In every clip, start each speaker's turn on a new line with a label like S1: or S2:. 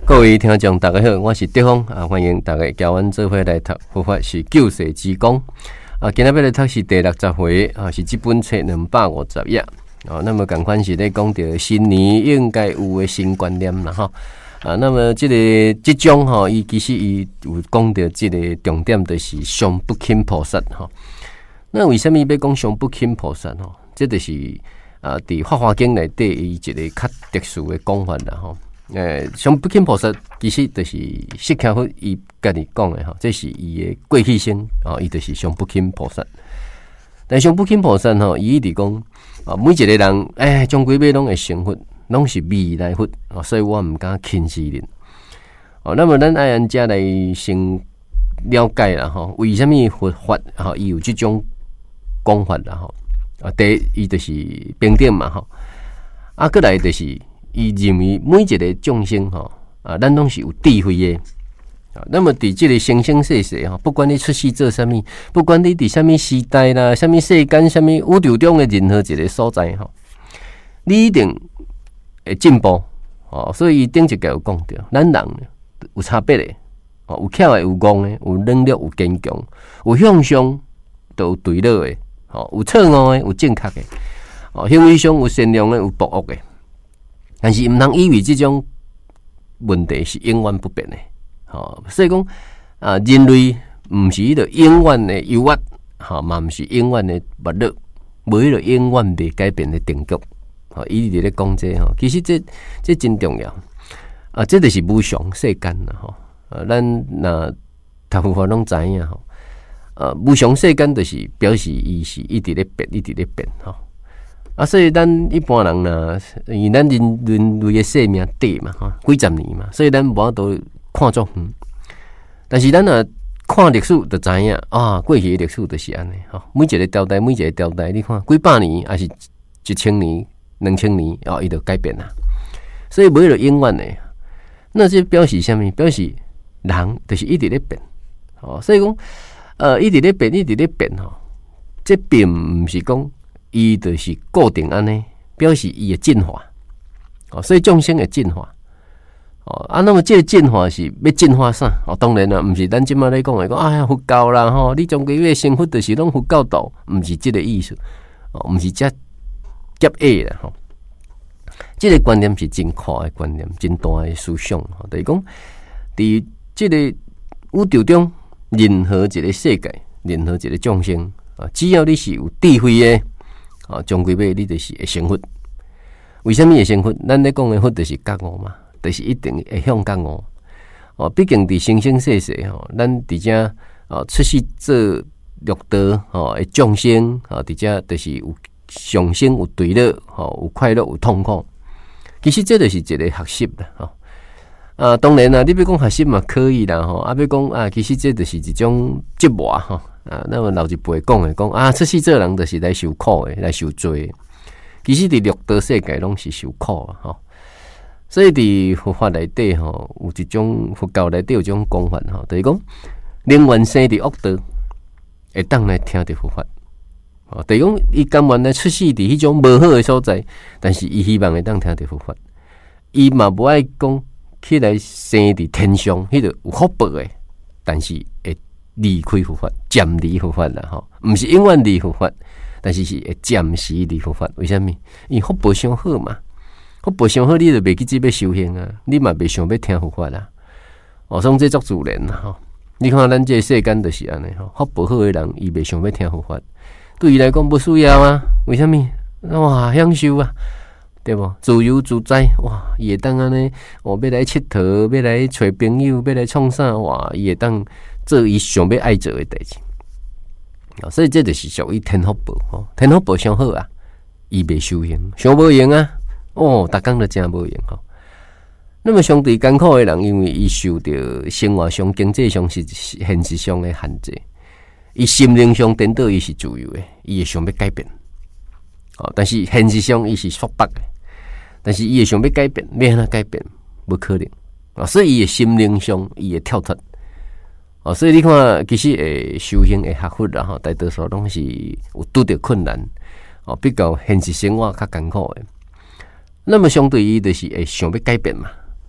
S1: 各位听众大家好，我是德峰啊，欢迎大家交阮做伙来读佛法是救世之功啊。今日要来读是第60回啊，是这本册250页啊。那么赶快是咧讲到新年应该有的新观念啦哈啊。那么这种哈，伊其实伊有讲到这个重点，就是上不轻菩萨哈。那为什么要讲上不轻菩萨哈？这就是啊，伫《法华经》内底伊一个较特殊的讲法啦哈。上不轻菩萨其实就是释迦佛伊家己讲的哈，这是伊的过去生啊，伊就是上不轻菩萨。但上不轻菩萨吼，伊直讲啊，每一个人终归尾拢会成佛，拢是未来佛啊，所以我毋敢轻视人。哦，那么咱爱安遮来先了解啦吼，为什么佛法吼伊有这种讲法啦吼？啊，第一伊就是平等嘛吼，啊，过来就是。伊认为每一个众生吼啊，咱拢是有智慧的啊。那么伫这个生生世世吼，不管你出世做啥物，不管你伫啥物时代啦、啥物世间、啥物宇宙中的任何一个所在吼，你一定会进步哦。所以顶一个有讲到，咱人有差别的哦，有巧的，有戆的，有能力，有坚强，有向上，都有对落的，哦，有错误的，有正确的，哦，行为上有善良的，有毒恶的。但是唔通以为这种问题是永远不变的，所以讲啊，人类唔是的永远的忧郁，嘛唔是永远的不乐，没了永远未改变的定局，伊伫咧讲这其实这真重要啊，这就是无常世间啦，咱那读佛法拢知影无常世间就是表示伊是一直咧变，一直咧变啊，所以咱一般人呢，因为咱人类的生命短嘛，几十年嘛，所以咱无法度看作远。但是咱看历史就知影啊，过去的历史就是安尼每一个朝代，每一个朝代，你看几百年还是1000年、2000年伊就改变啦。所以没了永远的，那这表示什么？表示人就是一直在变所以讲一直在变，一直在变这并不是讲。伊就是固定安尼，表示伊的进化所以众生的进化那么这个进化是要进化啥当然啦，毋是咱即马咧讲的讲哎呀佛教啦你终归要成佛，就是拢佛教道，毋是这个意思毋是这结恶啦这个观念是真快的观念，真大的思想就是讲，伫这个宇宙中，任何一个世界，任何一个众生只要你是有智慧的。终归尾你就是会成佛。为什么会成佛？咱咧讲的佛就是觉悟嘛，就是一定会向觉悟。毕竟伫生生世世咱伫遮出世做六道的众生伫遮就是有上升有对乐有快乐有痛苦。其实这就是一个学习啦当然啦，你要讲学习嘛可以啦要讲其实这就是一种折磨那么老一辈讲出世做人就是来受苦的，来受罪的。其实伫六道世界拢是受苦所以伫佛法内底有一种佛教内底有一种讲法就是讲宁愿生伫恶道，会当来听着佛法就是讲伊甘愿来出世伫迄种无好的所在，但是伊希望会当听着佛法，伊嘛无爱讲起来生伫天上，迄个有福报的，但是会离开佛法，暂离佛法啦毋是永远离佛法，但是是会暂时离佛法。为什么？因为福报上好嘛，福报上好，你就袂去这要修行啊，你嘛袂想要听佛法啦。所以这足自然啦你看咱这世间就是安尼福报好的人，伊袂想要听佛法，对伊来讲不需要啊。为什么？哇，享受啊！对不？自由自在哇！伊会当安尼要来佚佗，要来找朋友，要来创啥哇！伊会当做伊想要爱做的代志所以这就是属于天福报天福报上好啊，伊袂修行，上无用啊！逐工都真无用那么相对艰苦的人，因为伊受到生活上、经济上是现实上的限制，伊心灵上颠倒伊是自由的，伊会想要改变但是现实上伊是束缚的。但是伊会想要改变，要安怎改变？无可能所以伊的心灵上伊会跳脱所以你看，其实会修行会学佛啦大多数拢是有拄着困难比较现实生活较艰苦的。那么相对于就是会想要改变嘛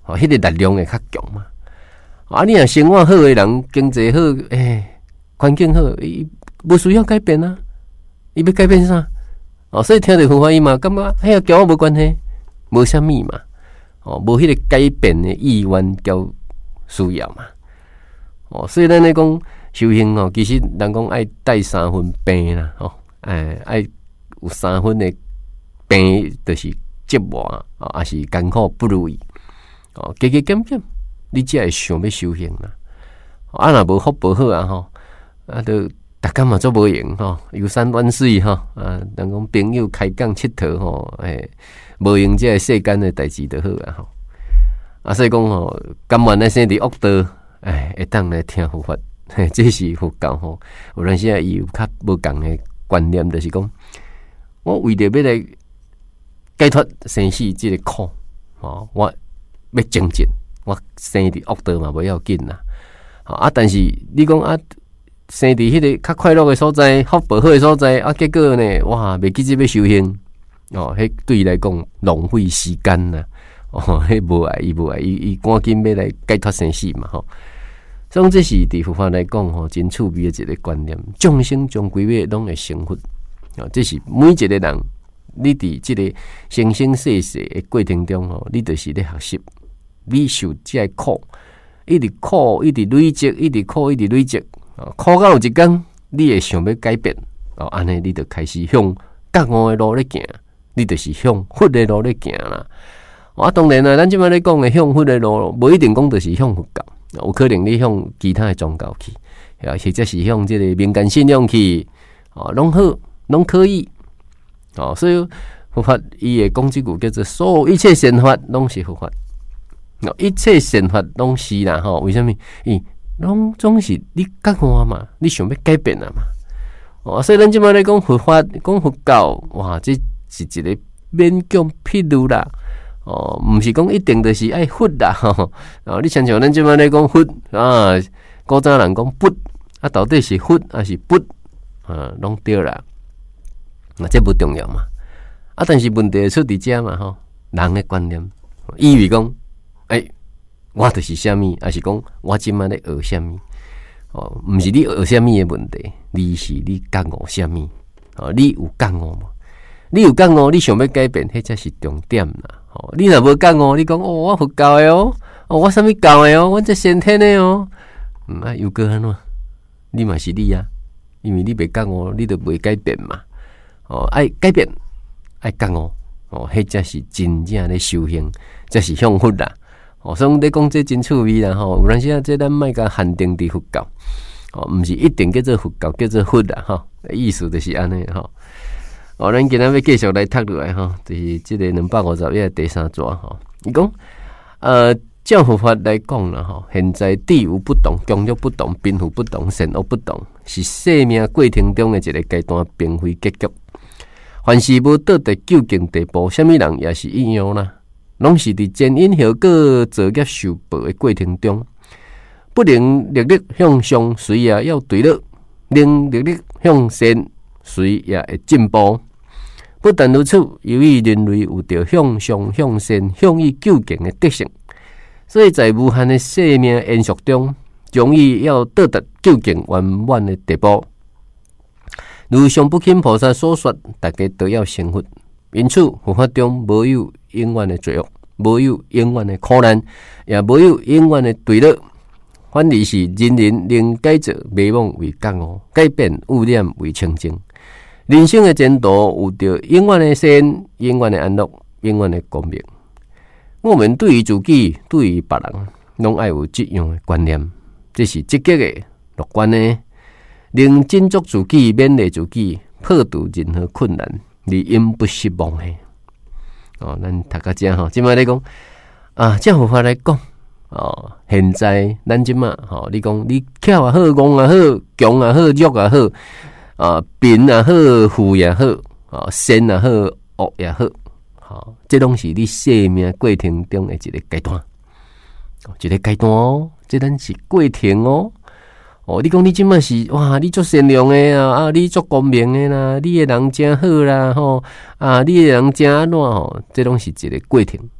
S1: 迄个力量会较强嘛。啊，你若生活好诶人，经济好，环境好，伊无需要改变啊。伊要改变啥？所以听到佛法伊嘛，感觉迄个交我无关系，无啥物嘛。无迄个改变诶意愿交需要嘛。所以咱咧讲修行其实人讲爱带3分病啦，爱有3分诶病，就是折磨也是艰苦不如意。加加减减，你才会想要修行啦。若无福报好都逐工嘛做无用游山玩水人讲朋友开讲佚佗无用这个世间的代志就好所以讲甘愿咧生伫恶道，会当来听佛法，这是佛教有阵时伊有较无共的观念，就是讲我为着要来解脱生死这个苦我要精进，我生伫恶道嘛不要紧啦但是你讲生伫迄个较快乐的所在，福报好的所在结果呢，哇，袂记得要修行迄对伊来讲浪费时间啦迄无爱伊赶紧要来解脱生死嘛所以这是伫佛法来讲真趣味的一个观念，众生终归尾拢会成佛这是每一个人，你伫这个生生世世的过程中你就是咧学习，你受这个苦，一直苦一直累积，一直苦一直累积苦到有一天你会想要改变安尼你就开始向觉悟的路咧行，你就是向佛的路咧行啦当然咱即摆咧讲的向佛的路无一定讲就是向佛教，有可能你向其他的宗教去或者是向这个民间信仰去拢好拢可以所以佛法伊会讲一句叫做所有一切善法拢是佛法一切善法拢是啦为什么拢总是你觉悟嘛，你想要改变啦嘛所以咱即摆咧讲佛法讲佛教，哇，这是一个勉强譬如啦毋是讲一定就是爱佛啦你像咱即摆咧讲佛古早人讲佛到底是佛还是佛拢对啦这不重要嘛但是问题出伫遮嘛人的观念以为讲我就是啥物，还是讲我即摆咧学啥物毋是你学啥物的问题，你是你觉悟啥物你有觉悟吗？你有觉悟，你想要改变，迄才是重点啦你若无觉悟，你讲我佛教的我啥物教的我这先天的有个安怎？你嘛是你因为你袂觉悟，你就袂改变嘛爱改变，爱觉悟迄才是真正咧修行，才是向佛啦所以你讲这真趣味啦有阵时这咱莫甲限定伫佛教毋是一定叫做佛教，叫做佛啦意思就是安尼咱今仔要继续来读落来就是这个251第3章伊讲照佛法来讲啦现在地有不同，疆域不同，贫富不同，善恶不同，是生命过程中的一个阶段，并非结局。凡是无到达究竟地步，什么人也是一样啦，拢是伫前因后果造业受报的过程中，不能历历向上，随也要对了；能历历向善，随也会进步。不但如此，由于人类有着向上、向善、向伊究竟的特性，所以在无限的生命延续中，终于要到达究竟圆满的地步。如上不轻菩萨所说，大家都要成佛。因此，佛法中无有永远的罪恶，无有永远的苦难，也无有永远的对了。反而是人人能改造迷惘为觉悟，改变污染为清净。人生的前途有着永远的善，永远的安乐，永远的光明。我们对于自己，对于别人，拢爱有这样的观念，这是积极的、乐观的，能振作自己、勉励自己，破除任何困难，而永不失望的。咱读到这今摆咧讲照佛法来讲现在咱即马你讲你巧也好，戆也好，强也好，弱也好贫也好，富也好善也好，恶也好这拢是你生命过程中的一个阶段，一个阶段这咱是过程你讲你即摆是哇，你足善良的你足光明的啦，你的人真好啦你的人真安怎这拢是一个过程，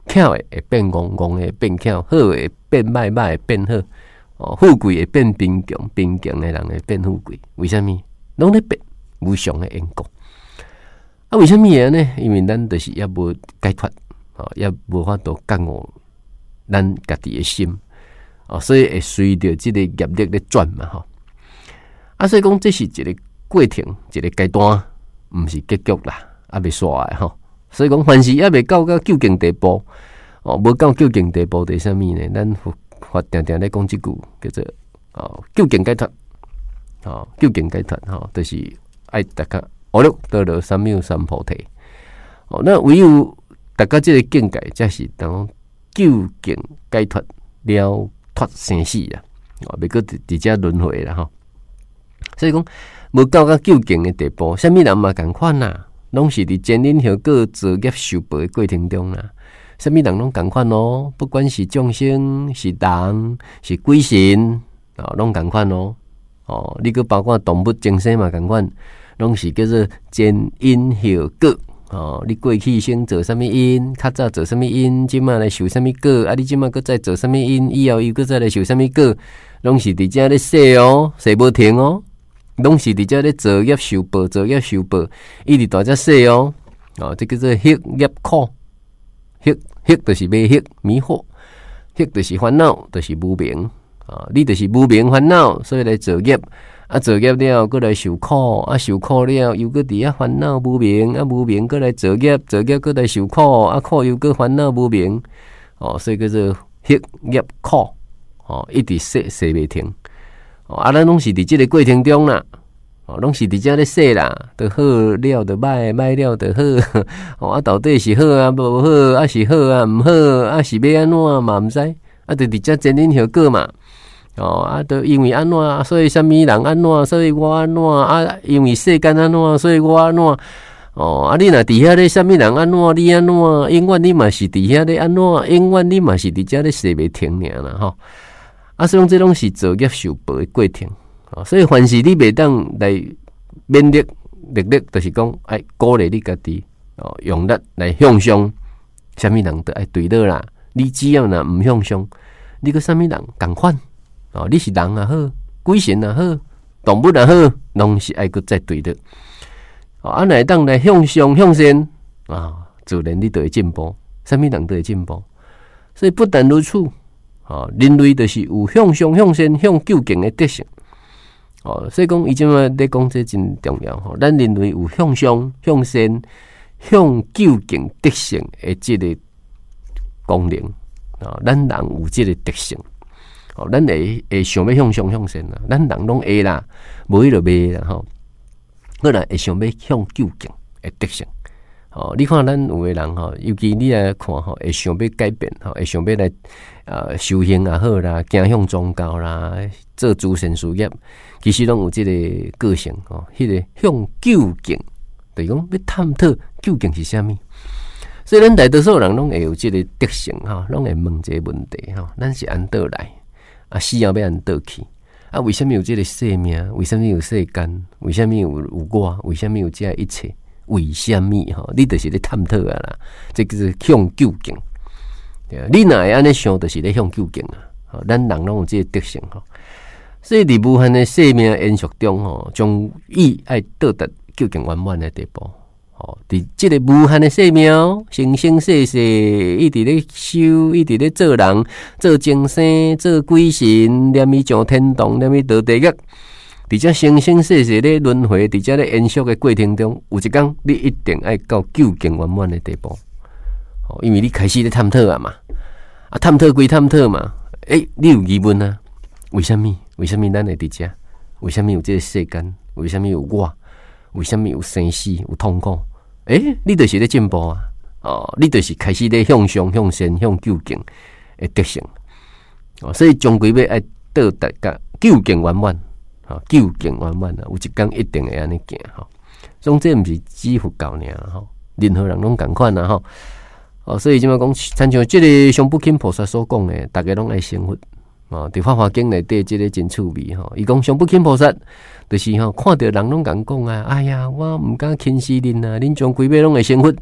S1: 巧的会变戆戆的变巧，好的会变歹，歹的变好。富贵会变贫穷，贫穷的人会变富贵。为什么？拢咧变无常的因果。为什么呢？因为咱就是也无解脱，也无法度觉悟咱家己的心，所以会随着这个业力咧转嘛，所以讲这是一个过程，一个阶段，毋是结局啦，未煞的所以讲凡事未到究竟地步，无到究竟地步，第什么呢？咱法定定咧讲即句叫做究竟解脱，究竟解脱就是爱大家阿耨多罗三藐三菩提。那唯有大家这个境界，才是当究竟解脱了脱生死啦，袂搁直接轮回啦所以讲无到究竟的地步，什么人嘛共款啦，拢是伫前因后果造业受报的过程中啦。什么人拢共款咯，不管是众生、是人、是鬼神，拢共款咯。你个包括动物、精神嘛共款，拢是叫做前因后果。你过去先做什么因，较早做什么因，今嘛来受什么果，你今嘛搁再做什么因，以后又搁再来受什么果，拢是伫遮咧说说无停拢是伫遮咧造业受报，造业受报，一直大遮说这叫做业业苦。业就是迷惑迷惑，业就是烦恼，就是无明你就是无明烦恼，所以来造业造业了，搁来受苦受苦了，又搁伫烦恼无明无明，搁来造业造业，搁来受苦苦又搁烦恼无明所以叫做业业苦一直说未停咱拢是伫即个过程中啦。拢是伫遮咧说啦，就好了就歹，歹了就好。到底是好无好，是好毋好，是要安怎嘛毋知。就伫遮前因后果嘛。就因为安怎，所以什么人安怎，所以我安怎因为世间安怎，所以我安怎。你若伫遐咧，什么人安怎，你安怎，永远你嘛是伫遐咧安怎，永远你嘛是伫遮咧说袂停尔啦所以这拢是造业受报的过程。所以凡事你袂当来勉励力，就是讲爱鼓励你家己用力来向上。什么人都爱对了啦，你只要若毋向上，你个什么人共款你是人也好，鬼神也好，动物也好，拢是爱搁再对的。若会当来向上向善自然你就会进步，什么人都会进步。所以不但如此人类就是有向上向善向究竟的德性。所以讲，伊即马咧讲这真重要咱人类有向上、向善、向究竟德性的这个功能咱人有这个德性咱会想要向上向善啦，咱人拢会啦，无迄就袂啦咱会想要向究竟的德性你看咱有的人尤其你来看会想要改变会想要来修行也好啦，走向宗教啦，做诸善事业，其实拢有这个个性迄个向究竟，就是讲要探讨究竟是啥物。所以咱大多数人拢会有这个德性拢会问这个问题咱是安倒来死后要安倒去为什么有这个生命？为什么有世间？为什么有我？为什么有这一切？为什么你就是咧探讨啦，这个是向究竟。你若会安尼想，就是咧向究竟咱人拢有这个德性所以伫无限的生命延续中将意爱到达究竟圆满的地步伫这个无限的生命生生世世一直咧修，一直咧做人，做精神，做鬼神，念伊上天堂，念伊到地狱。伫这生生世世咧轮回，伫这咧延续的过程中，有一天你一定爱到究竟圆满的地步因为你开始咧探讨嘛探讨归探讨嘛你有疑问啊？为什么？为什么咱会伫这？为什么有这个世间？为什么有我？为什么有生死？有痛苦？你就是咧进步你就是开始咧向上、向善、向究竟的德性所以终归要爱到达个究竟圆满究竟圆满有一天一定会安尼行总之毋是只佛教尔任何人拢共款所以即马讲，参像即个上不轻菩萨所讲的，大家拢爱成佛伫《法华经》内底，即个真趣味伊讲上不轻菩萨，就是看到人拢共讲哎呀，我毋敢轻视恁啊，恁将规尾拢会成佛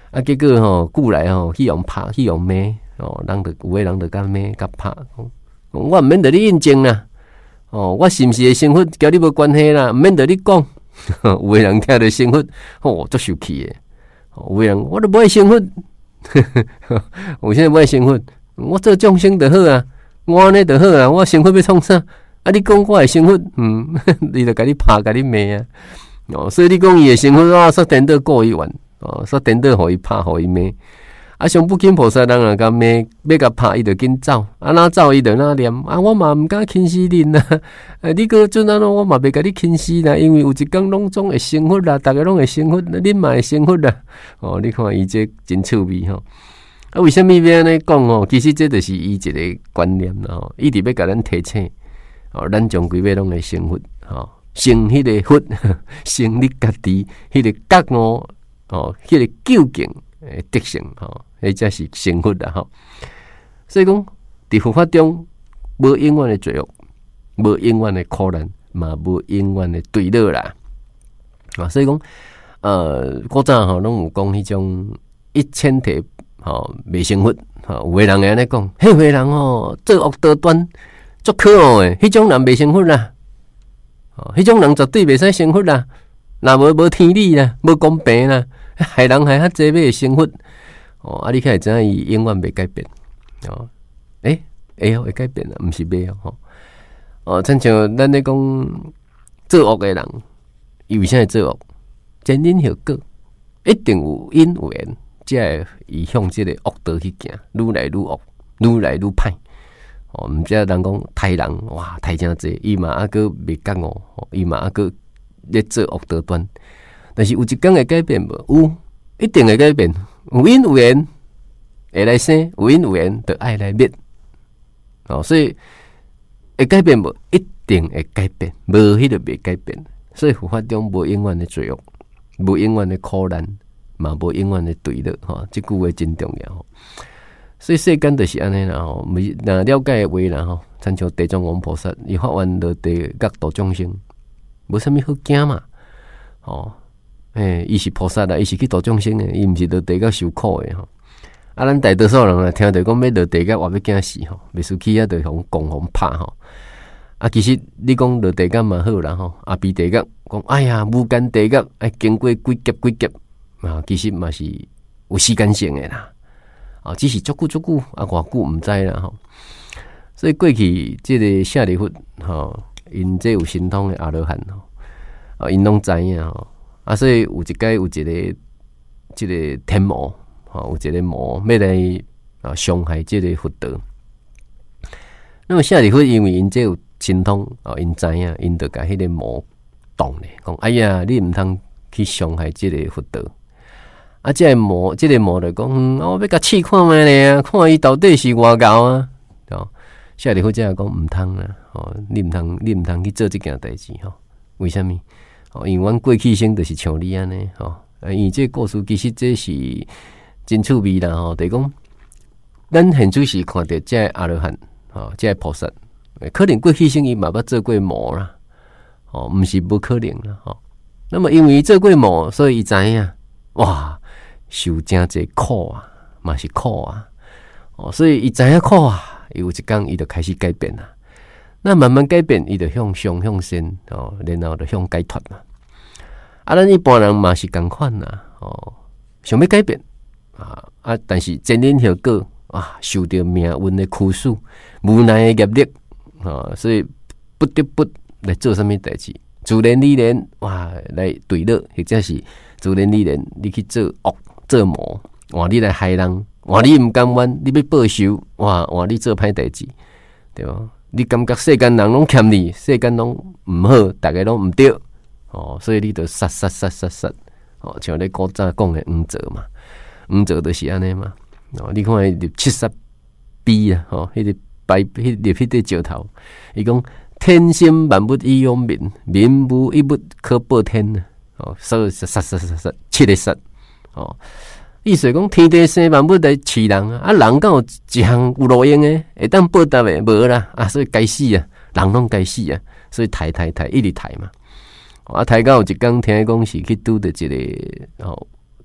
S1: 啊，结果吼久来吼去用拍去用骂哦，有诶人就甲骂甲拍，我毋免得你印证啦。哦，我是毋是会生活，交你无关系啦，毋免得你讲。有诶人听着生活，足受气诶。有诶人我都无爱生活，有啥无爱生活？我做众生就好啊，我安尼就好啊，我生活要创啥？啊，你讲我诶生活，伊就甲你拍，甲你骂啊。哦，所以你讲伊诶生活啊，煞颠倒过伊完，哦，煞颠倒互伊拍，互伊骂。啊，上不紧菩萨人啊，甲骂要甲拍，伊就紧走。啊，哪走伊就哪念。啊，我嘛毋敢轻视恁呐。你个阵啊，我嘛袂甲你轻视啦，因为有一天拢总会生活啦，逐个拢会生活，恁嘛会生活啦。哦，你看伊这真趣味吼。啊，为什么要安尼讲哦？其实这就是伊一个观念啦，吼，一直要甲咱提醒。哦，咱终归要拢会生活，吼，生迄个福，生你家己迄个觉悟，哦，迄个究竟诶德性，吼，迄才是生活啦，吼。所以讲，伫佛法中，无永远的罪恶，无永远的苦难，嘛无永远的对乐啦。啊，所以讲，古早吼拢有讲迄种一千题，吼，未生活，吼，有个人会安尼讲，迄个人吼作恶多端。足可恶诶，迄种人袂生活啦，迄种人绝对袂使生活啦。若无天理啦，无公平啦，害人害较济，要生活。哦，啊，你开始知影伊永远袂改变。哦，会改变啦，毋是袂哦。哦，亲像咱咧讲作恶诶人，伊为啥会作恶？前因后果，一定有因有缘，才会伊向即个恶道去行，愈来愈恶，愈来愈歹。哦，毋知人讲杀人，哇，杀真济，伊嘛还佫袂觉悟，伊嘛还佫咧做恶道端。但是有一天会改变无？有，一定会改变。有因有缘会来生，有因有缘就爱来灭。哦，所以会改变无？一定会改变，无迄个袂改变。所以佛法中无永远的罪恶，无永远的苦难，嘛无永远的对乐。吼，这句话真重要。所以世间就是安尼啦吼，若了解的话啦吼，亲像地藏王菩萨，伊发愿落地角度众生，无啥物好惊嘛。吼，伊是菩萨啦，伊是去度众生的，伊毋是落地角受苦的吼。啊，咱大多数人啦，听到讲要落地角，话要惊死吼，袂输起啊，就互讲互拍吼。啊，其實你講落地監嘛好啦吼，阿鼻地監講，哎呀，無間地監愛經過幾劫啊，其實嘛是有時間性的啦，啊，只是足久啊，偌久毋知啦吼。所以過去即個舍利弗吼，因這有神通的阿羅漢吼，啊，因攏知影吼，啊，所以有一屆有一個即個天魔吼，有一個魔要來啊傷害即個佛道。那麼舍利弗因為因這有神通哦，因知影，因就甲迄個魔擋咧，講哎呀，你毋通去傷害即個佛道。啊，即個魔就講，我要甲試看覓咧啊，看伊到底是偌厚啊。哦，舍利弗即個講毋通啦，哦，你毋通去做即件代志吼。為什麼？哦，因為阮過去生就是像你安尼吼。因為這個故事其實這是真趣味啦吼，就是講咱現在是看到即個阿羅漢，吼，即個菩薩。可能過去生伊嘛捌做過魔啦，哦，毋是無可能啦，吼。那麼因為做過魔，所以伊知影，哇，受真濟苦啊，嘛是苦啊，哦，所以伊知影苦啊，有一天伊就開始改變啦。那慢慢改變，伊就向上向善，哦，然後就向解脫嘛。啊，咱一般人嘛是共款啦，哦，想要改變啊，但是前因後果啊，受到命運的驅使，無奈的業力。所以不得不來做什麼代志，自然而然哇來對樂，或者是自然而然你去做惡做魔，哇你來害人，哇你唔甘願，你要報仇，哇你做歹代志，對吧？你感覺世間人攏欠你，世間攏唔好，大家攏唔對，哦，所以你就殺，哦，像你古早講的黃澤嘛，黃澤就是安尼嘛，哦，你看入70悲啊，哦，迄個。白入迄個石頭，伊講天生萬物以養民，民無一物可報天哦，所以殺七個殺哦，意思講天地生萬物來飼人啊，人敢有一項有路用誒，會當報答誒無啦啊，所以該死啊，人攏該死啊，所以抬一直抬嘛，啊抬到有一天聽講是去拄着一個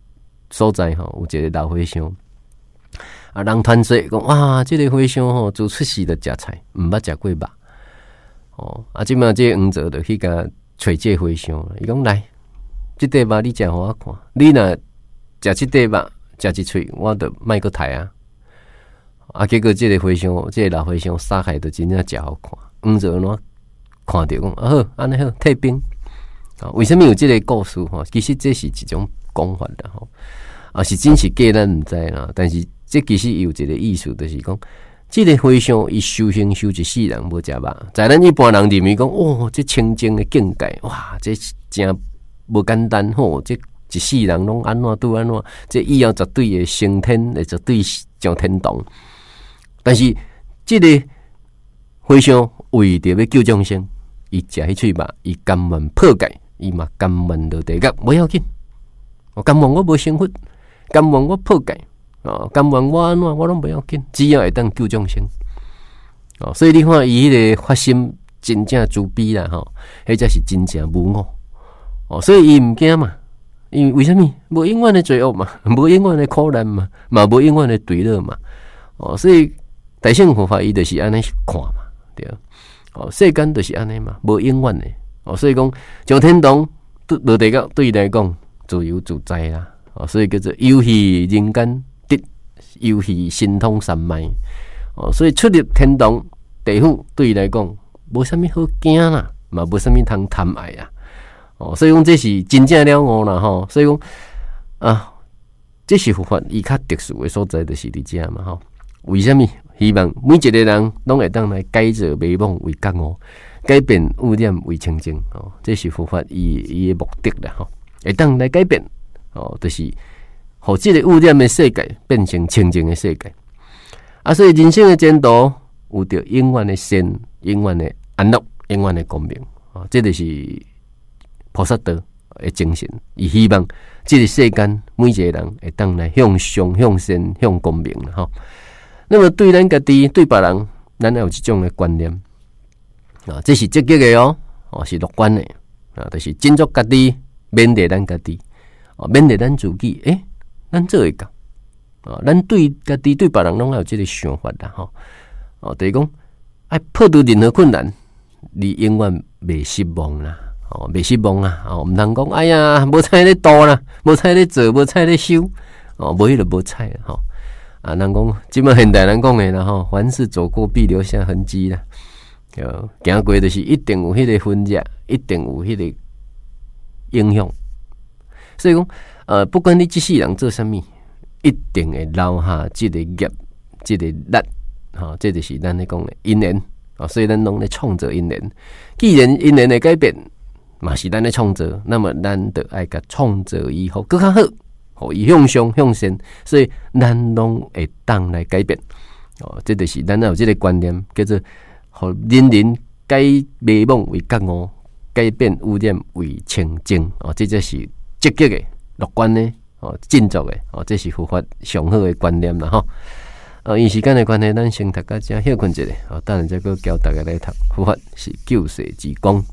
S1: 所在吼，有一个老和尚啊，人传说讲哇，这个和尚吼自出世就食菜，毋捌食过肉哦。啊，即马这黄泽就去甲找这和尚，伊讲来，这块肉你食互我看，你若食这块肉，食一喙，我就卖个台啊。啊，结果这个和尚，这个老和尚杀害就真正食好看，黄泽喏看到讲啊好，安尼好退兵。为什么有这个故事吼？其实这是一种讲法的吼，啊是真是假咱唔知啦。但是这其实有一个意思，就是讲，这个和尚伊修行修一世人无食肉，在咱一般人认为讲，哦，这清净的境界，哇，这真无简单吼，这一世人拢安怎拄安怎，这以后绝对会升天，会绝对上天堂。但是这个和尚为着要救众生，伊食迄喙肉，伊甘愿破戒。伊嘛甘愿落地狱，不要紧。我甘愿我无成佛，甘愿我破戒，甘愿我安怎我拢不要紧，只要会当救众生。所以你看伊迄个发心真正慈悲啦，吼，迄才是真正无我。所以伊毋惊嘛，因为为什么？无永远的罪恶嘛，无永远的苦难嘛，嘛无永远的对乐嘛。所以大乘佛法伊就是安尼看嘛，对。世间就是安尼嘛，无永远的。所以讲上天堂落地狱对伊来讲自由自在啦。所以叫做游戏人间得，游戏神通三昧。所以出入天堂地府对伊来讲无啥物好惊啦，嘛无啥物通贪爱啊。所以讲这是真正了悟啦吼。所以讲啊，这是佛法伊较特殊的所在，就是伫遮嘛吼。为什么？希望每一个人拢会当来改造迷惘为觉悟。改变污染为清净这是佛法伊的目的啦吼，会当来改变就是互这个污染的世界变成清净的世界啊。所以人生的前途有着永远的善，永远的安乐，永远的光明这就是菩萨道的精神。伊希望这个世间每一个人会当来向上、向善、向光明啦吼。那么对咱家己、对别人，咱有这种的观念。这是积极的是乐观的就是尽足家己，勉励咱家己，勉励咱自己。咱做会到咱对家己对别人拢有这个想法啦就是讲爱破除任何困难，你永远袂失望啦，袂失望啦，唔通讲哎呀，无彩咧度啦，无彩咧做，无彩咧修，无迄个无彩啦人讲即摆现代人讲的啦凡是走过必留下痕迹啦。行过就是一定有迄个分裂，一定有迄个影响。所以讲，不管你这世人做啥物，一定会留下这个业，这个力，这就是咱咧讲的因缘所以咱拢咧创造因缘。既然因缘的改变，嘛是咱咧创造，那么咱就爱甲创造以后更较好，互伊向上向善，所以咱拢会当来改变。这就是咱有这个观念，叫做。互人人改迷惘为觉悟，改变污染为清净这才是积极的、乐观的、进足的这是佛法上好的观念啦吼。因时间的关系，咱先读到这休困一下等下再个教大家来读佛法是救世之光。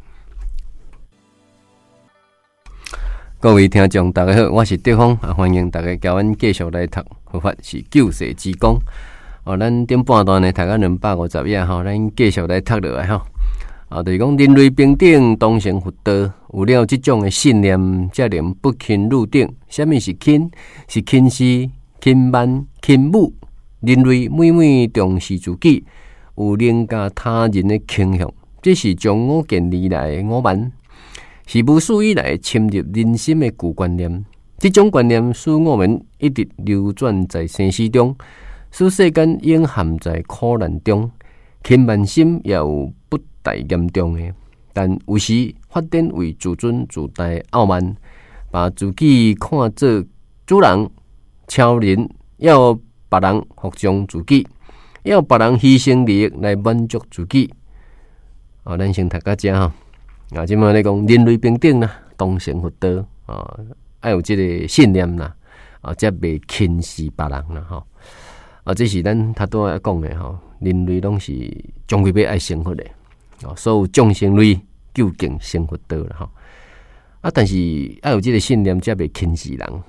S1: 各位听众大家好，我是德峰欢迎大家交阮继续来读佛法是救世之光。咱顶半段呢，读到250页咱继续来读落来就是讲人类平等，当成佛道，有了这种的信念，才能不轻入定。什么是轻？是轻视、轻慢、轻侮。人类每重视自己，有凌驾他人的倾向，这是从我建立来的我慢，是无数以来侵入人心的旧观念。这种观念使我们一直流转在生死中。使世间永陷在苦难中，轻慢心也有不大严重的，但有时发展为自尊自大的傲慢，把自己看作主人、超人，要别人服从自己，要别人牺牲利益来满足自己。咱先读到这即摆咧讲人类平等啦，当成佛道爱有这个信念啦，才袂轻视别人啦这是咱他都要讲的人类拢是终归要爱成佛的所有众生类究竟成佛道啦但是要有这个信念，才袂轻视人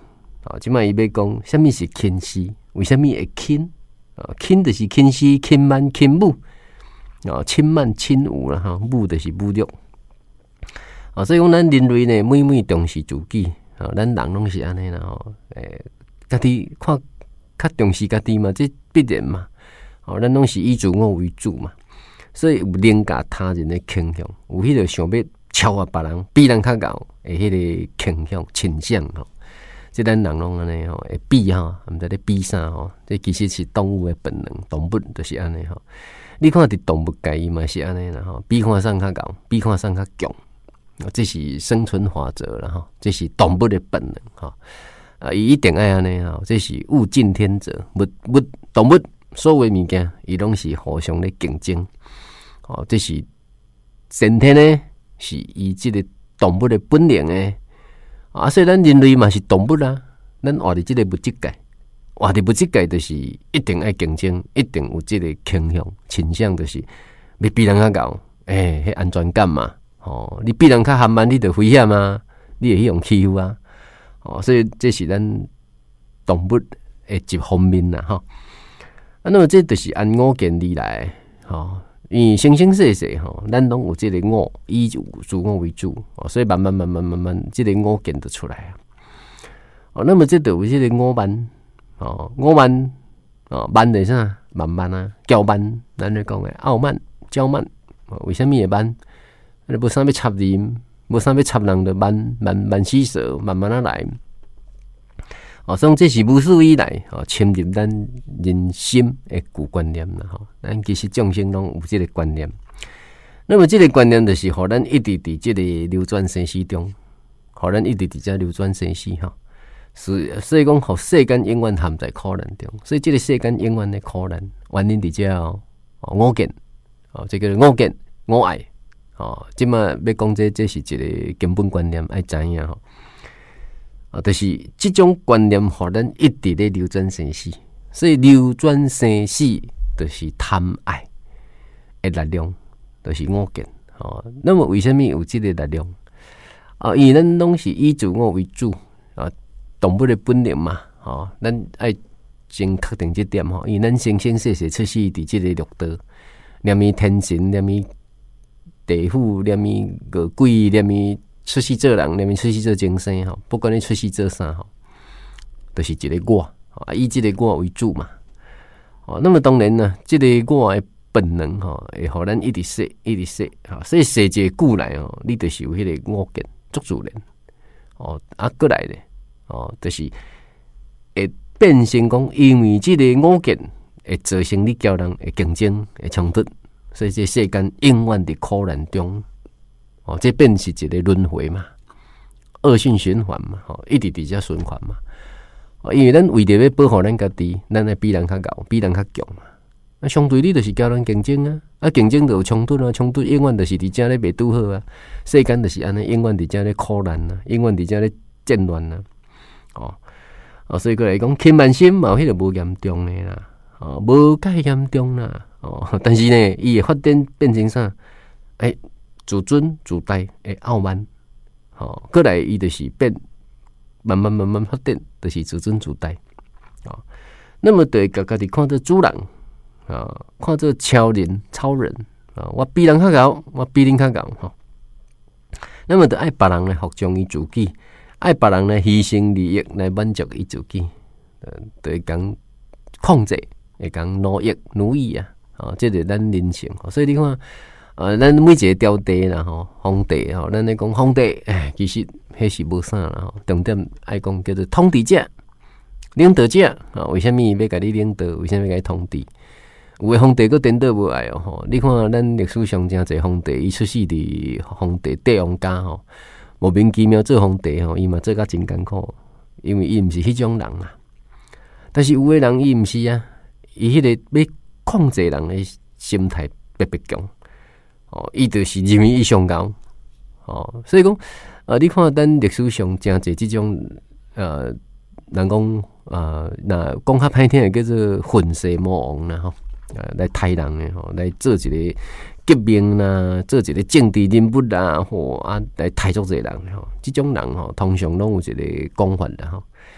S1: 即摆伊要讲什么是轻诗？为什么会轻？轻就是轻诗、轻慢、轻舞，轻慢、轻舞啦，舞就是舞蹈。所以讲咱人类呢，每重视自己，咱人拢是安尼啦，家己看较重视家己嘛，这必然嘛。咱拢是以自我为主嘛，所以有凌驾他人的倾向，有迄个想要超越别人，比人较高的迄个倾向倾向吼。即咱人拢安尼吼，会比吼，毋知咧比啥吼。这其实是动物的本能，动物就是安尼吼。你看伫动物界伊嘛是安尼啦吼，比看啥较高，比看啥较强，这是生存法则啦吼，这是动物的本能吼。伊一定爱安尼吼，这是物竞天择，动物所有物件，伊拢是互相咧竞争。这是先天呢，是伊即个动物的本能诶。所以咱人类嘛是动物啦，咱活伫即个物质界，活伫物质界就是一定爱竞争，一定有即个倾向就是要比人较高，迄安全感嘛，你比人较含慢，你就危险啊，你会去用欺负啊，所以这是咱动物的一方面啦，吼。那么这就是按我建立来，因为生世世咱拢有这个我，以自我为主，所以慢慢，这个我建得出来啊。那么这就有这个我慢，我慢，慢是啥？慢慢啊，骄慢，咱咧讲的傲慢、骄慢，为什么会慢？你无啥要插人，无啥要插人的慢死蛇，慢慢啊来。所以这是无始以来侵入咱人心的旧观念啦。咱其实众生拢有这个观念，那么这个观念就是互咱一直伫这个流转生死中，互咱一直伫这流转生死哈。所以讲，互世间永远陷在苦难中。所以这个世间永远的苦难，原因伫这我见这个我见我爱即马要讲这是一个根本观念，爱知影吼。就是这种观念，互咱一直咧流转生死，所以流转生死就是贪爱的力量，就是我见。那么为什么有这个力量？因为咱拢是以自我为主动物的本能嘛。咱爱先确定这点因为咱生世世出世伫这个绿岛，念伊天神，念伊地府，念伊个鬼，念伊出世做人，念伊出世做精神不管你出世做啥就是一个我以这个我为主嘛。那么当然呢，这个我的本能会互咱一直说，所以说一久来你就是有迄个我见足自然过来咧就是会变成讲，因为这个我见会造成你交人的竞争的冲突，所以这世间永远伫苦难中。这变是一个轮回嘛，恶性循环嘛，一直伫遮循环嘛。因为咱为着要保护咱家己，咱来比人较高，比人较强嘛。相对你就是交人竞争竞争就有冲突冲突永远就是伫遮咧袂拄好啊。世间就是安尼，永远伫遮咧苦难永远伫遮咧战乱所以过来讲，轻慢心嘛，迄个无严重的啦，无介严重啦，但是呢，伊会发展变成啥？自尊自大的傲慢，过来伊就是变慢慢发展，就是自尊自大。那么对家己看做主人看做超人，我比人较高，我比恁较高那么就爱别人来服从伊自己，爱别人来牺牲利益来满足伊自己，就会讲控制，会讲奴役这是咱人性。所以你看。咱每一个朝帝啦皇帝咱咧讲皇帝，其实迄是无啥啦重点爱讲叫做统治者、领导者为什么要甲你领导？为什么要甲你统治？有的皇帝佫颠倒无爱你看咱历史上真侪皇帝，伊出世伫皇帝帝王家莫名其妙做皇帝伊嘛做甲真艰苦，因为伊毋是迄种人啊。但是有的人伊毋是啊，伊迄个要控制人的心态特别强。伊就是认为伊上高所以讲你看咱历史上真侪即种人讲那讲较歹听的叫做混世魔王啦来杀人的来做一个革命啦，做一个政治人物啦来杀足侪人即种人通常拢有一个讲法啦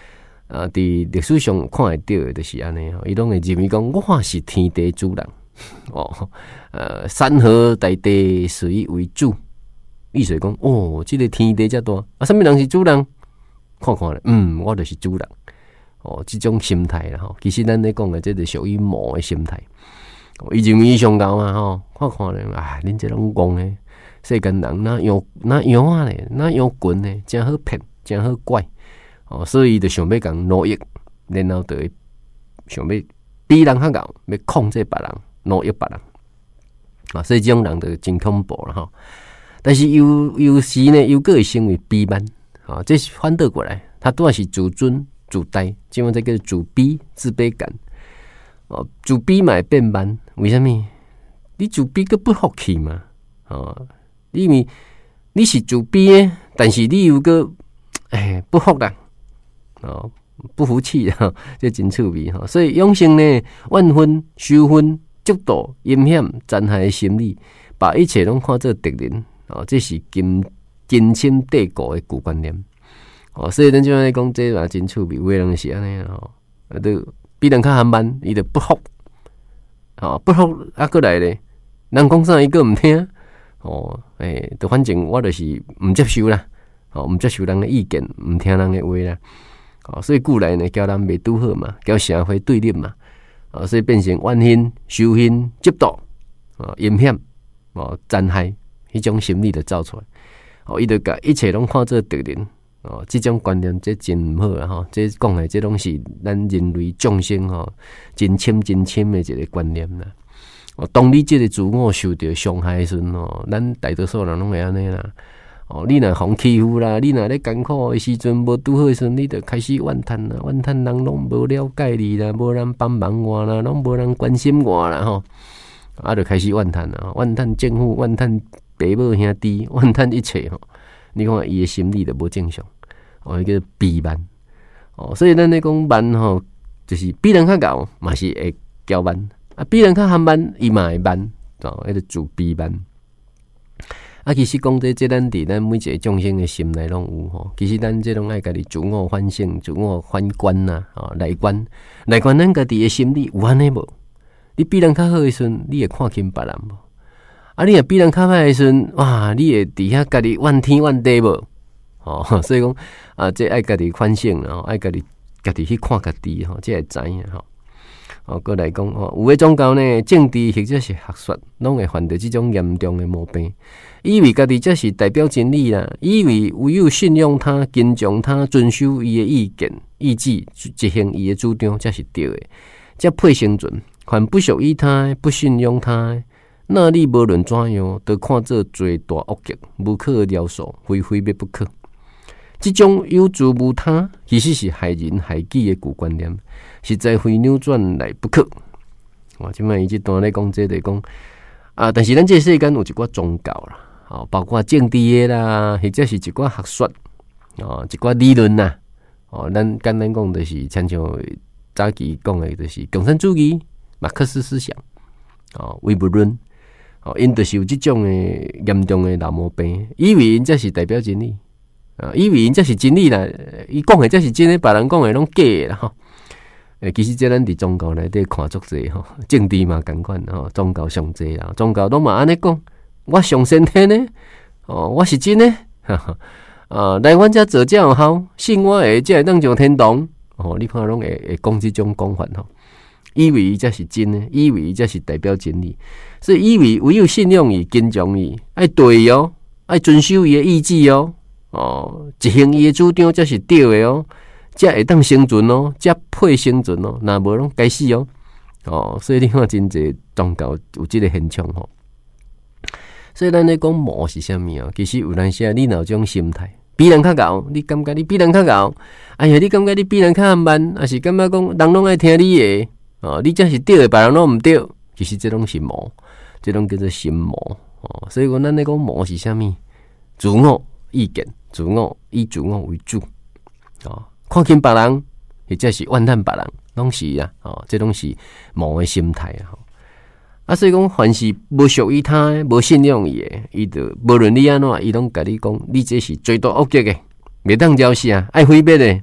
S1: 伫历史上看会到的，就是安尼吼，伊拢会认为讲我是天地主人哦，山河大地是以为主，意思讲哦，这个天地遮大啊，什么人是主人？看看咧，我就是主人哦，这种心态啦吼，其实咱咧讲的这个属于魔的心态。伊认为伊上高嘛吼，看看咧，恁这拢戆诶，世间人哪样啊咧，哪样棍咧，真好骗，真好怪哦，所以就想要共奴役，然后就会想要比人较高，要控制别人，奴役别人啊，所以这种人就真恐怖啦吼。但是有时呢，又个会成为卑慢啊，这是反倒过来，他拄仔是自尊自大，即种这个自卑自卑感。哦，自卑嘛会变慢，为什么？你自卑个不服气嘛？哦，因为你是自卑的，但是你有个不服人哦，不服气哈，这真趣味哈。所以养成呢，怨愤、羞愤、嫉妒、阴险、残害的心理，把一切拢看作敌人哦，这是根深蒂固的旧观念哦。所以咱就安尼讲，这嘛真趣味，有的人是安尼哦，都。比人较含慢，伊就不服，不服啊，过来咧，人讲啥伊个唔听，就反正我就是唔接受啦，唔接受人的意见，唔听人的话啦，所以故来呢，交人袂拄好嘛，交社会对立嘛，所以变成怨恨、仇恨、嫉妒、阴险、残害，迄种心理就走出来，伊就甲一切拢看做敌人。这种观念这真毋好啦吼！这讲的这拢是咱人类众生真深的一个观念啦。当你这个自我受到伤害的时阵咱大多数人拢会安尼啦。你若互欺负啦，你若咧艰苦的时阵无拄好的时阵，你就开始怨叹啦，怨叹人拢无了解你啦，无人帮忙我啦，拢无人关心我啦吼，就开始怨叹啦，怨叹政府，怨叹爸母兄弟，怨叹一切吼。你看伊的心理就无正常，迄个卑慢，所以咱咧讲慢吼，就是比人较高嘛是会骄慢，比人较含慢伊嘛会慢，迄个自卑慢。其实讲这咱伫咱每一个众生的心内拢有吼，其实咱这拢爱家己自我反省、自我反观呐，内观咱家己的心理有安尼无？你比人较好的时阵，你会看轻别人无？你若比人较歹的时阵，哇！你会伫遐家己怨天怨地无？所以讲这爱家己反省爱家己去看家己这会知影过来讲有的宗教呢，政治或者是学说，拢会犯着这种严重的毛病，以为家己这是代表真理啦，以为唯有信用他、敬重他、遵守伊的意见、意志、执行伊的主张，才是对的，才配生存。凡不属于他、不信用他。那你无论怎样，都看作罪大恶极，无可饶恕，非非灭不可。这种有自无他，其实是害人害己的旧观念，实在非扭转来不可。即摆伊这段咧讲，这个讲但是咱这世间有一寡宗教啦，包括政治的啦，或者是一寡学说一寡理论啦，咱简单讲就是亲像早期讲的，就是共产主义、马克思思想唯物论。因就是有这种的严重的老毛病，以为因这是代表真理以为因这是真理啦，伊讲的这是真的，别人讲的拢假的啦吼。其实这咱伫宗教内底看足济吼，政治嘛共款宗教上济啦，宗教拢嘛安尼讲，我上先天呢，我是真的，来阮遮做遮有效，信我的才会当上天堂。你看拢会讲这种讲法吼。以为伊才是真的，以为伊才是代表真理，所以以为唯有信仰伊、敬重伊，爱对爱遵守伊的意志执行伊的主张才是对的才会当生存才配生存若无拢该死所以你看真济宗教有这个现象所以咱咧讲魔是啥物其实有阵时你若有种心态，比人较高，你感觉你比人较高，你感觉你比人较慢，还是感觉讲人拢爱听你的。你这是对的，别人拢唔对，其实这拢是魔，这拢叫做心魔所以讲，咱咧讲魔是啥物？自我意见，自我以自我为主看轻别人，或者是怨叹别人，拢是这拢是魔的心态所以讲，凡是无属于他、无信仰伊的，伊就无论你安怎，伊拢甲你讲，你这是罪大恶极的，袂当饶恕爱毁灭的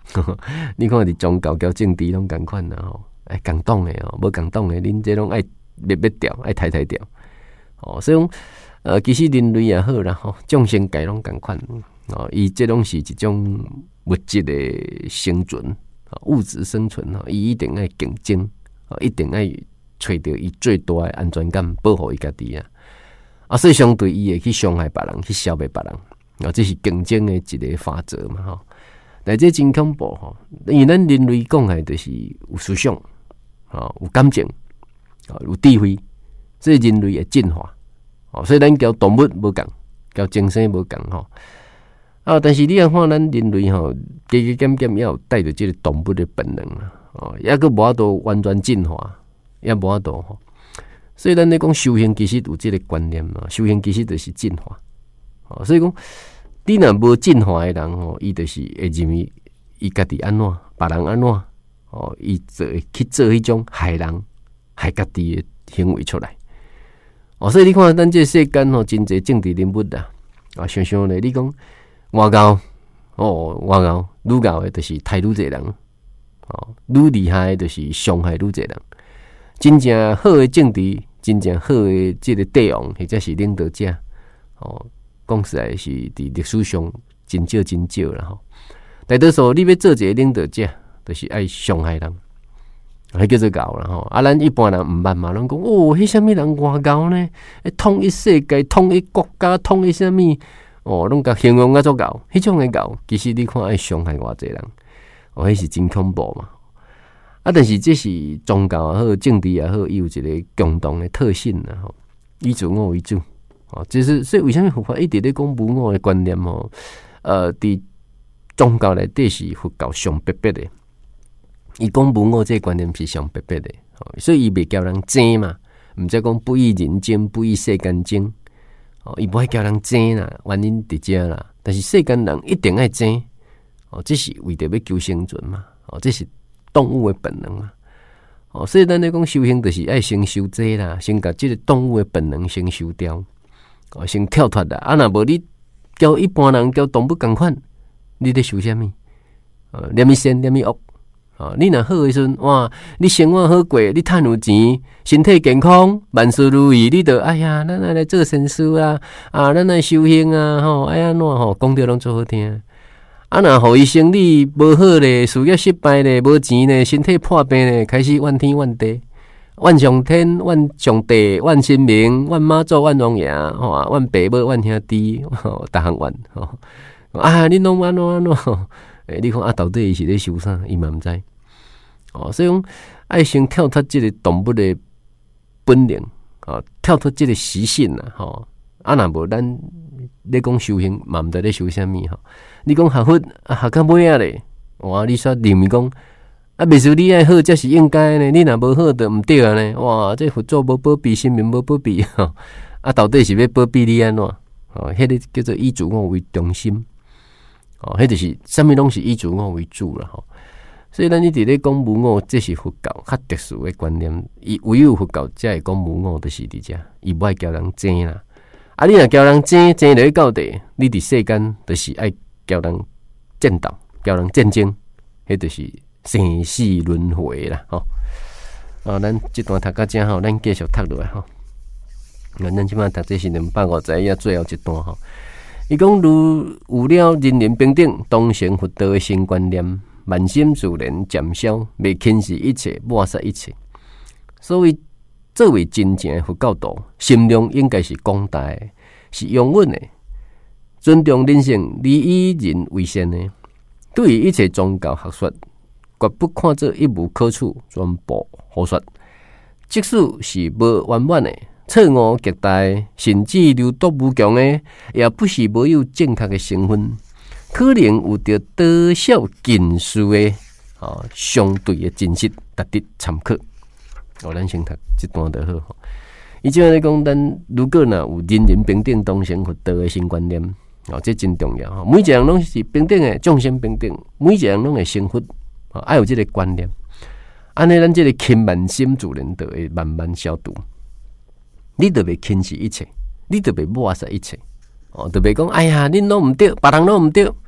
S1: 你看伫宗教交政治拢共款啦吼，共党诶无共党诶，恁这拢爱灭掉，爱抬掉。所以讲其实人类也好啦吼，众生界拢共款伊这拢是一种物质的生存，物质生存伊一定爱竞争，一定爱找到伊最大的安全感，保护伊家己所以相对伊会去伤害别人，去消灭别人这是竞争的一个法则嘛但这真恐怖因为咱人类讲的就是有思想有感情有智慧，这人类的进化所以咱交动物无共，交精神无共但是你看咱人类加减减也有带着这个动物的本能也个无法度完全进化，也无法度所以咱咧讲修行其实有这个观念修行其实就是进化所以讲你若无进化的人伊就是会认为伊家己安怎，别人安怎伊就会去做迄种害人害家己的行为出来所以你看咱这世间真侪政治人物想想咧，你讲外交外交愈高的就是害愈侪人愈厉害的就是伤害愈侪人。真正好的政治，真正好的这个帝王或者是领导者讲实在是伫历史上真少啦大多数你要做一个领导者，就是爱伤害人，迄叫做搞啦咱一般人毋捌嘛，人讲迄什么人外交呢？统一世界、统一国家、统一什么拢甲形容足搞，迄种的搞，其实你看爱伤害偌济人迄是真恐怖嘛但是这是宗教也好，政治也好，伊有一个共同的特性以自我为主就是所以为什么佛法一直咧讲无我的观念伫宗教内底是佛教上白白的，伊讲无我这个观念是上白白的所以伊袂叫人争嘛，毋则讲不以人争，不以世间争伊不会叫人争啦，原因伫遮啦。但是世间人一定爱争这是为着要求生存嘛这是动物的本能嘛所以咱咧讲修行就是爱先修这啦，先把这个动物的本能先修掉先跳脱啦若无你交一般人交动物同款，你咧修啥物念伊善念伊恶你若好的时阵哇，你生活好过，你赚有钱，身体健康，万事如意，你就哎呀，咱来做善事咱来修行哎呀，讲着拢做好听若互伊生理无好咧，事业失败咧，无钱咧，身体破病咧，开始怨天怨地，怨上天，怨上帝，怨神明，怨妈祖，怨王爷怨爸母，怨兄弟逐项怨恁拢安怎你看到底伊是咧修啥？伊嘛毋知所以讲爱先跳脱这个动物的本能跳脱这个习性若无咱咧讲修行嘛毋知咧修啥物你讲学佛学到尾咧你说认为讲袂输你爱好才是应该呢，你若无好就毋对呢哇，这佛祖无保庇，神明无保庇到底是要保庇你安怎迄个叫做以自我为中心迄就是什么拢是以自我为主啦所以咱一直咧讲无我，这是佛教较特殊的观念，伊唯有佛教才会讲无我，就是伫遮，伊不爱叫人争啦你若叫人争落去到底，你伫世间就是爱叫人战斗，叫人战争，迄就是生死轮回啦咱这段读到这咱继续读落来咱即摆读这是250页最后一段伊讲如有了人人平等，当成佛道的新观念，万心自然减消，未轻视一切，抹杀一切。所以作为真正的佛教徒，心量应该是广大的，是永稳的，尊重人性，理以人为先的。对于一切宗教学说，绝不看作一无可取，全部胡说。即使是无完满的，错误极大，甚至流毒无穷的，也不是无有正确的成分，可能有着多少近似的相对的真实，值得参考。咱先读这段就好。伊即咧讲，咱如果若有人人平等，当成佛道的新观念，这真重要。每一个人拢是平等的，众生平等，每一个人拢会成佛，爱有这个观念。安尼，咱这个轻慢心自然就会慢慢消除。你就袂轻视一切，你就袂抹杀一切，就袂讲哎呀，恁拢毋对，别人拢毋对，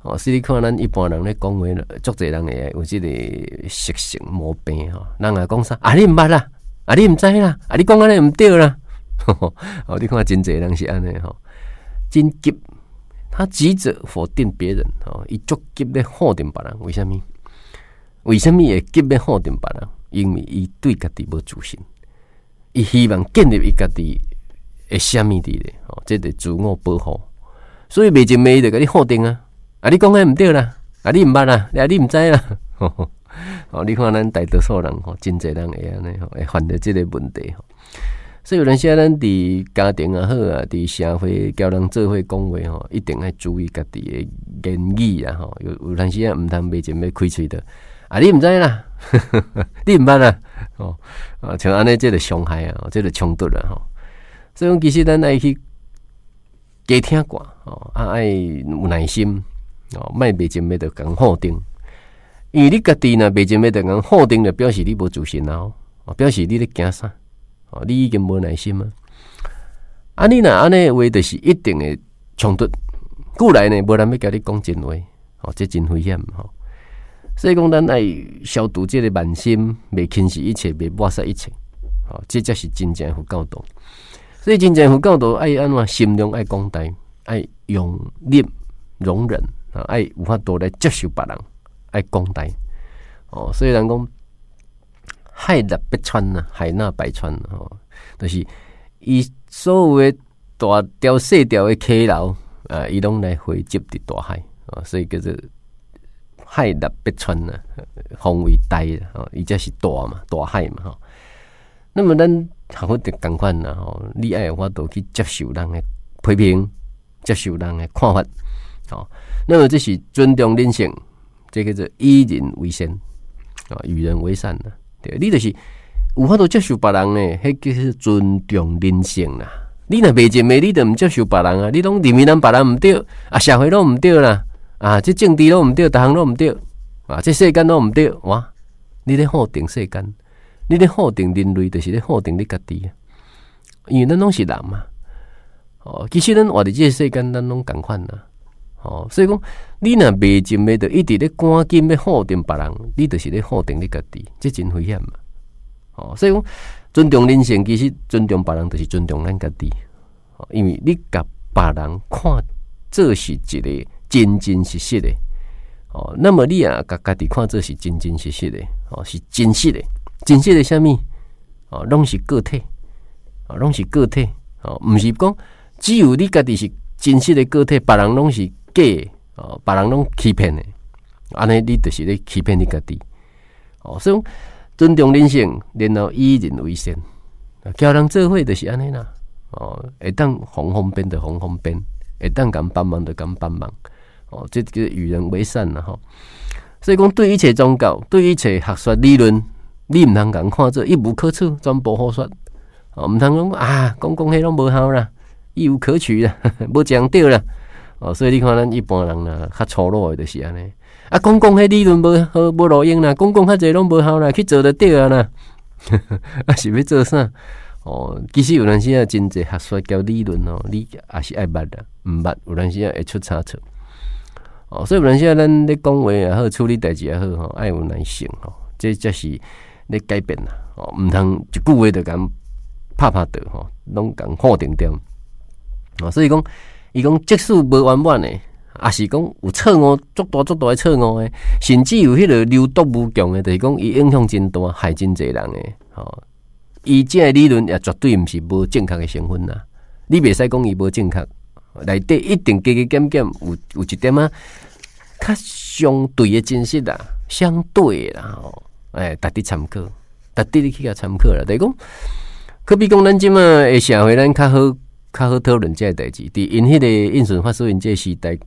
S1: 所以你看咱一般人咧讲话，足侪人会有即个习性毛病吼。人啊讲啥？你毋捌啦，你毋知啦，你讲安尼毋对啦。你看真侪人是安尼吼，真急，他急着否定别人伊足急咧否定别人，为什么？为什么会急咧否定别人？因为伊对家己无自信，伊希望建立伊家己会什么的咧？这个自我保护，所以袂前袂就甲你否定啊！你讲迄毋对啦，你毋捌啦，你毋知啦。你看咱大多数人真侪人会安尼会犯到即个问题。所以有阵时咱伫家庭也好啊，伫社会交人做伙讲话一定要注意家己的言语啊有阵时毋通袂前要开喙的你毋知啦，你毋捌啦像安尼即个伤害啊，即个冲突啊所以其实咱爱去加听歌爱有耐心莫袂前要就讲否定，因为你家己若袂前要就讲否定，就表示你无自信啊，表示你咧惊啥。你已经无耐心啊！你若安尼话，就是一定会冲突。古来呢，无人要甲你讲真话，这真危险所以讲，咱爱消除这个慢心，袂轻视一切，袂抹杀一切。这才是真正有教导。所以真正有教导，爱安怎心量爱广大，爱容忍、容忍爱有法度来接受别人，爱广大。所以人讲。海纳百川呐，海纳百川就是伊所有的大条细条的溪流伊拢来汇集伫大海所以叫做海纳百川呐，方为大伊才是大嘛，大海嘛那么咱学好的共款呐你爱有法度去接受人的批评，接受人的看法那么这是尊重人性，这叫做以人为善与人为善呐。你就是有法度接受别人呢，迄叫做尊重人性啦。你若袂前面，你就毋接受别人啊，你拢认为咱别人毋对社会都毋对啦这政治都毋对，逐项都毋对这世间都毋对哇！你咧否定世间，你咧否定人类，就是咧否定你家己因为咱拢是人嘛其实咱活伫这个世间，咱拢共款啦所以讲，你若袂前面就一直咧赶紧要否定别人，你就是咧否定你家己，这真危险嘛所以讲，尊重人性，其实尊重别人就是尊重咱家己因为你甲别人看做是一个真真实实的那么你也甲家己看做是真真实实的是真实的，真实的什么拢是个体拢是个体毋是讲只有你家己是真实的个体，别人拢是假别人拢欺骗的，安尼你就是咧欺骗你家己所以尊重人性，然后以人为善，交人做伙就是安尼啦会当方便就方便，会当敢帮忙就敢帮忙这叫与人为善啦所以讲，对一切宗教，对一切学说理论，你毋通共看做一无可取，全部胡说毋通讲讲迄拢无效啦，亦无可取啦，无讲对啦所以你看咱一般人啦，较粗鲁的就是安尼讲迄理论无路用啦，讲较济拢无效啦，去做就对啊啦是要做啥其实有阵时真济学说交理论你也是爱捌啦，毋捌有阵时会出差错所以有阵时咱咧讲话也好，处理代志也好爱有耐性这才是咧改变啦毋通一句话就共拍倒拢共否定掉所以讲伊讲即使无完满的，也是讲有错误足大的错误的，甚至有迄个流毒无强的，就是讲伊影响真大，害真济人的伊这个理论也绝对毋是无正确的成分啦。你袂使讲伊无正确，内底一定加减有一点较相对的真实啦，相对啦值得参考，值得你去甲参考啦。就是讲，可比讲咱即马的社会，咱较好讨论这个代志。伫因迄个印顺法师因这时代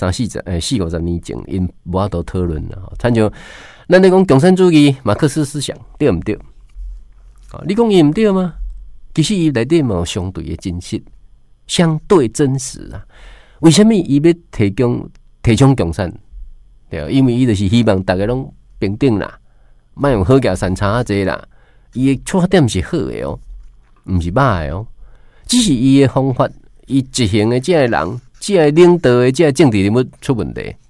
S1: 40-50年前，因无法度讨论啦。参像咱咧讲共产主义、马克思思想对毋对？你讲伊毋对吗？其实伊内底嘛有相对的真实，相对真实啊。为什么伊要提倡共产？对，因为伊就是希望大家拢平等啦，莫用好价善差啊济啦。伊的出发点是好的毋是歹的只是伊的方法，伊执行的这个人，这个领导的这个政治人物出问题，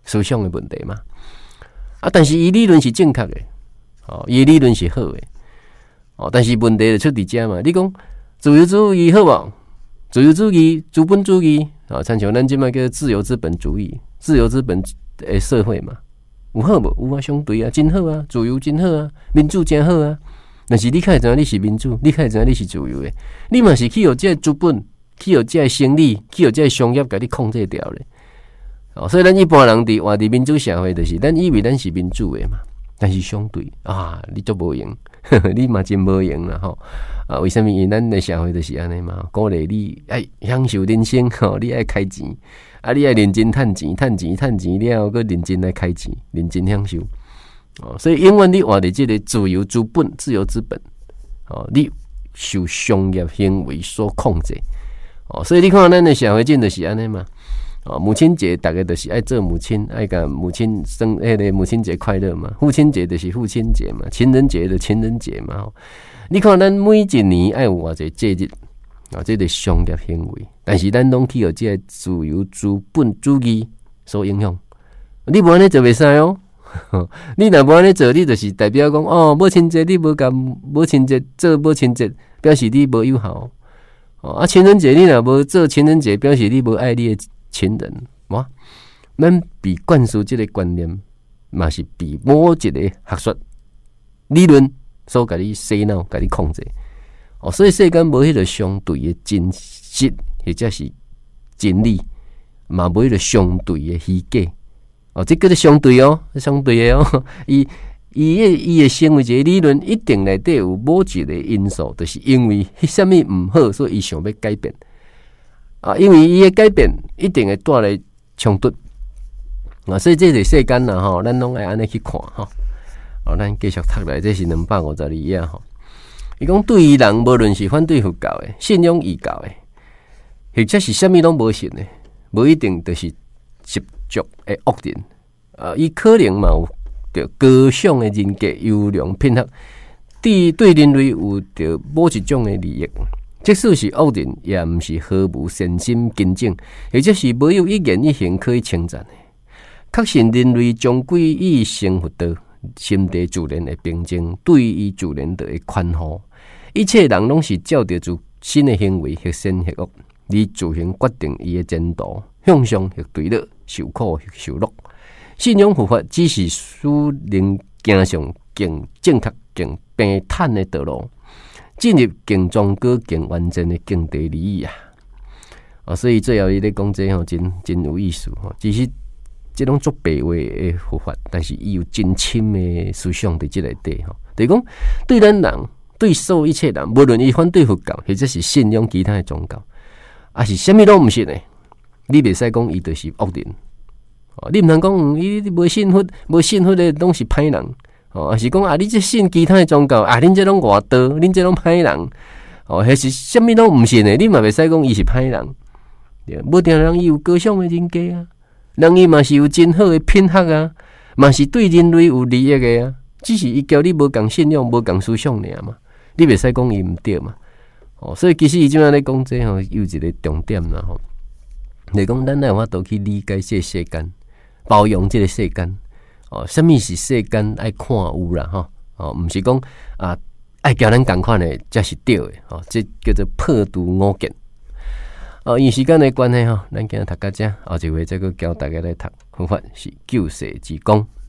S1: 思想的问题嘛。但是伊理论是正确的，伊理论是好的，但是问题就出伫遮嘛。你讲自由主义好无？自由主义、资本主义参像咱即摆叫自由资本主义、自由资本的社会嘛，有好无？有啊，相对啊，真好啊，自由真好啊，民主真好啊。但是你开始知影你是民主，你开始知影你是自由的，你嘛是去有这资本，去有这生理，去有这商业，甲你控制掉咧。所以咱一般人伫活伫民主社会，就是咱以为咱是民主的嘛，但是相对你足无用，你嘛真无用啦吼。为什么？因咱的社会就是安尼嘛，鼓励你爱享受人生你爱开钱，你爱认真趁钱，趁钱了后，佮认真来开钱，认真享受。所以永远你活伫这个自由资本、自由资本，你受商业行为所控制。所以你看咱的社会真就是安尼嘛。母亲节大家就是爱做母亲，爱甲母亲生母亲节快乐嘛。父亲节就是父亲节嘛，情人节就情人节嘛。你看咱每一年爱有偌济节日这个商业行为，但是咱拢去有这个自由资本主义所影响。你无安尼做袂使哦。你若无安尼做，你就是代表讲母亲节你无甲母亲节做母亲节，表示你无友好。情人节你若无做情人节，表示你无爱你的情人。哇，咱被灌输这个观念，嘛是被某一个学术理论所甲你洗脑，甲你控制。所以世间无迄个相对的真实，或者是真理，嘛无迄个相对的虚假。这叫做相对相对的伊的成为一个理论，一定内底有某一个因素，就是因为什么唔好，所以伊想要改变。因为伊的改变一定会带来冲突。所以这个世间啦咱拢爱安尼去看咱继续读来，这是252页伊讲对于人，无论是反对佛教的、信仰异教的，或者是啥物拢无信的，无一定就是习俗的恶人。伊可能嘛有着高尚的人格、优良品格，对人类有着某一种的利益。即使是恶人，也毋是毫无善心根正，或者是无有一言一行可以称赞的。确信人类终归以生活道，心地自然的平静，对于自然的宽厚。一切人拢是照着自身的行为，或善或恶，你自行决定伊的前途，向上或对落，受苦或受乐。信仰佛法只是使人行上更正确、更平坦的道路，进入更庄严、更完整的境地利益所以最后伊咧讲这真有意思其实这种做白话的佛法，但是伊有真深的思想在这内底就是讲对咱人，对所有一切人，无论伊反对佛教，或者是信仰其他的宗教，是啥物拢毋信的，你袂使讲伊就是恶人。你毋通讲伊无信佛，无信佛的拢是歹人。是讲你这信其他的宗教恁这拢外道，恁这拢歹人。还是啥物拢毋信的，你嘛袂使讲伊是歹人。无定人伊有高尚的人格人伊嘛是有真好的品格嘛是对人类有利益的只是伊叫你无共信仰、无共思想尔嘛，你袂使讲伊毋对嘛。所以其实伊即摆咧讲这有一个重点啦就是讲咱有法度去理解这世间，包容这个世间。什么是世间爱看有啦毋是讲爱叫咱共款的才是对的这叫做破除误见。因时间的关系咱今日读到这，后一回再去教大家来读佛法是救世之功。